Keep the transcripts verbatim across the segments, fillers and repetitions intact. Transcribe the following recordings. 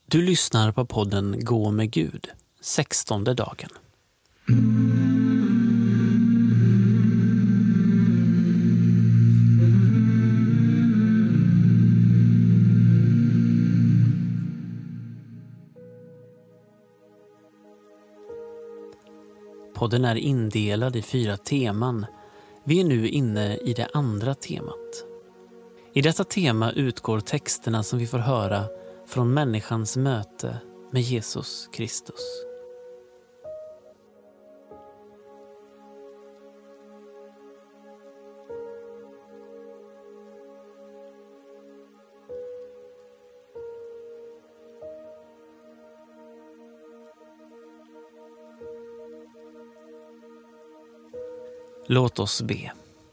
Du lyssnar på podden Gå med Gud, sextonde dagen. Podden är indelad i fyra teman. Vi är nu inne i det andra temat. I detta tema utgår texterna som vi får höra från människans möte med Jesus Kristus. Låt oss be.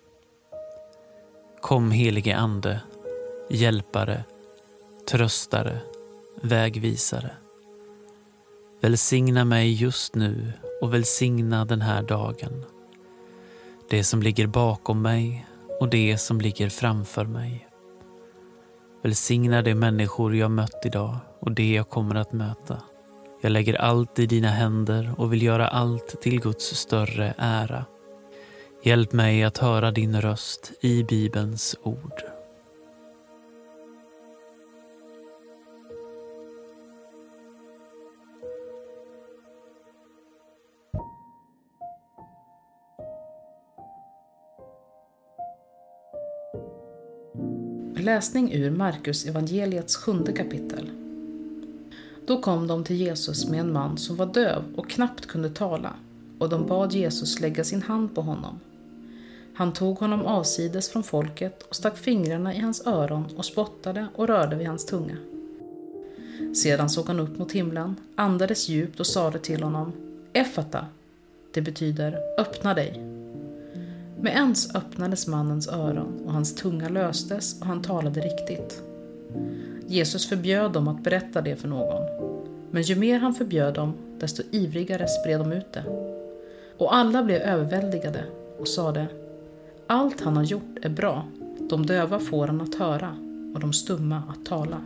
Kom, helige Ande, hjälpare, tröstare, vägvisare. Välsigna mig just nu och välsigna den här dagen. Det som ligger bakom mig och det som ligger framför mig. Välsigna de människor jag mött idag och det jag kommer att möta. Jag lägger allt i dina händer och vill göra allt till Guds större ära. Hjälp mig att höra din röst i Bibelns ord. Läsning ur Markus evangeliets sjunde kapitel. Då kom de till Jesus med en man som var döv och knappt kunde tala, och de bad Jesus lägga sin hand på honom. Han tog honom avsides från folket och stack fingrarna i hans öron och spottade och rörde vid hans tunga. Sedan såg han upp mot himlen, andades djupt och sade till honom: Effata, det betyder öppna dig. Med ens öppnades mannens öron och hans tunga löstes och han talade riktigt. Jesus förbjöd dem att berätta det för någon. Men ju mer han förbjöd dem, desto ivrigare spred de ut det. Och alla blev överväldigade och sade: Allt han har gjort är bra. De döva får han att höra och de stumma att tala.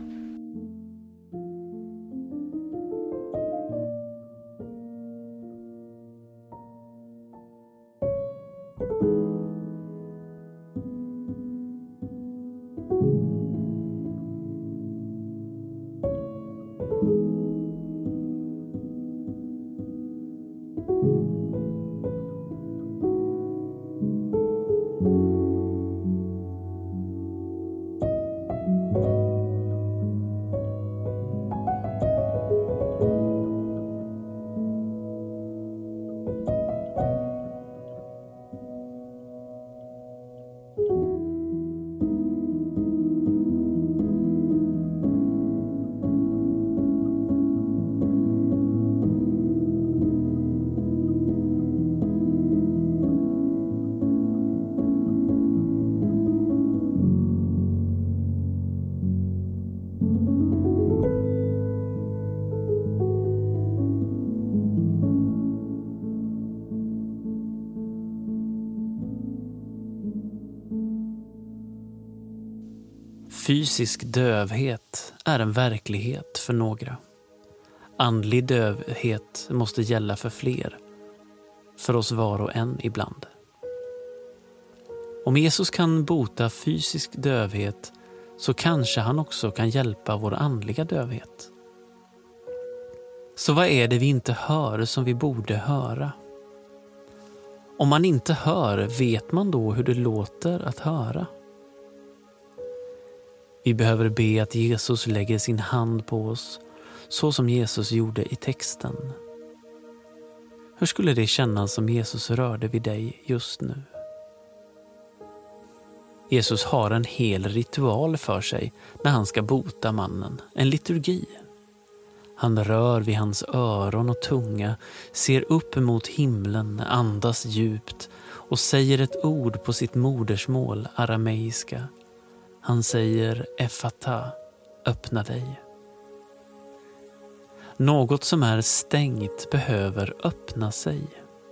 Fysisk dövhet är en verklighet för några. Andlig dövhet måste gälla för fler, för oss var och en ibland. Om Jesus kan bota fysisk dövhet så kanske han också kan hjälpa vår andliga dövhet. Så vad är det vi inte hör som vi borde höra? Om man inte hör, vet man då hur det låter att höra? Vi behöver be att Jesus lägger sin hand på oss, så som Jesus gjorde i texten. Hur skulle det kännas om Jesus rörde vid dig just nu? Jesus har en hel ritual för sig när han ska bota mannen, en liturgi. Han rör vid hans öron och tunga, ser upp mot himlen, andas djupt och säger ett ord på sitt modersmål, arameiska. Han säger Effata, öppna dig. Något som är stängt behöver öppna sig.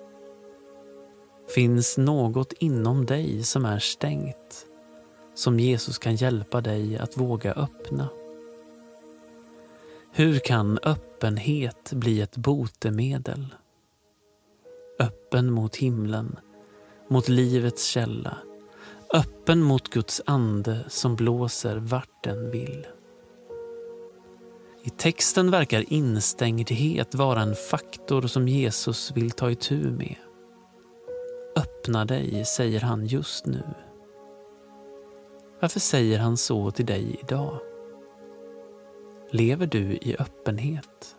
Finns något inom dig som är stängt, som Jesus kan hjälpa dig att våga öppna? Hur kan öppenhet bli ett botemedel? Öppen mot himlen, mot livets källa. Öppen mot Guds ande som blåser vart den vill. I texten verkar instängdhet vara en faktor som Jesus vill ta itu med. Öppna dig, säger han just nu. Varför säger han så till dig idag? Lever du i öppenhet?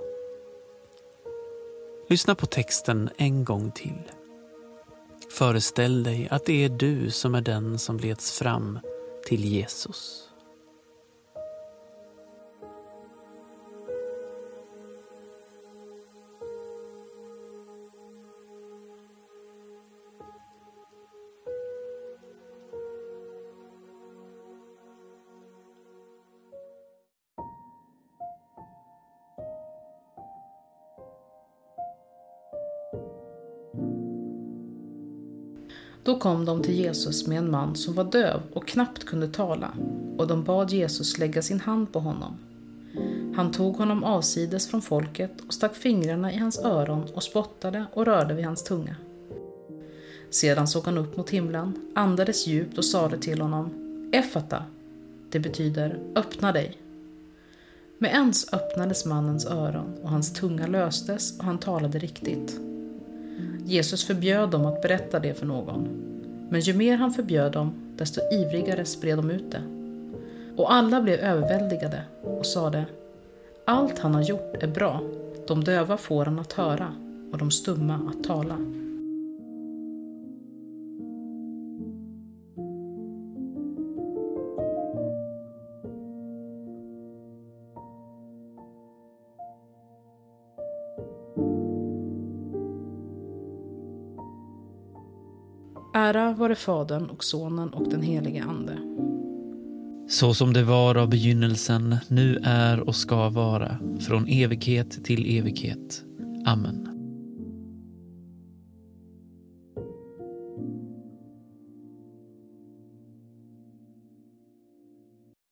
Lyssna på texten en gång till. Föreställ dig att det är du som är den som leds fram till Jesus. Då kom de till Jesus med en man som var döv och knappt kunde tala, och de bad Jesus lägga sin hand på honom. Han tog honom avsides från folket och stack fingrarna i hans öron och spottade och rörde vid hans tunga. Sedan såg han upp mot himlen, andades djupt och sade till honom: Effata, det betyder öppna dig. Med ens öppnades mannens öron och hans tunga löstes och han talade riktigt. Jesus förbjöd dem att berätta det för någon, men ju mer han förbjöd dem, desto ivrigare spred de ut det. Och alla blev överväldigade och sade: allt han har gjort är bra, de döva får han att höra och de stumma att tala. Ära vare Fadern och Sonen och den helige Ande. Så som det var av begynnelsen, nu är och ska vara, från evighet till evighet. Amen.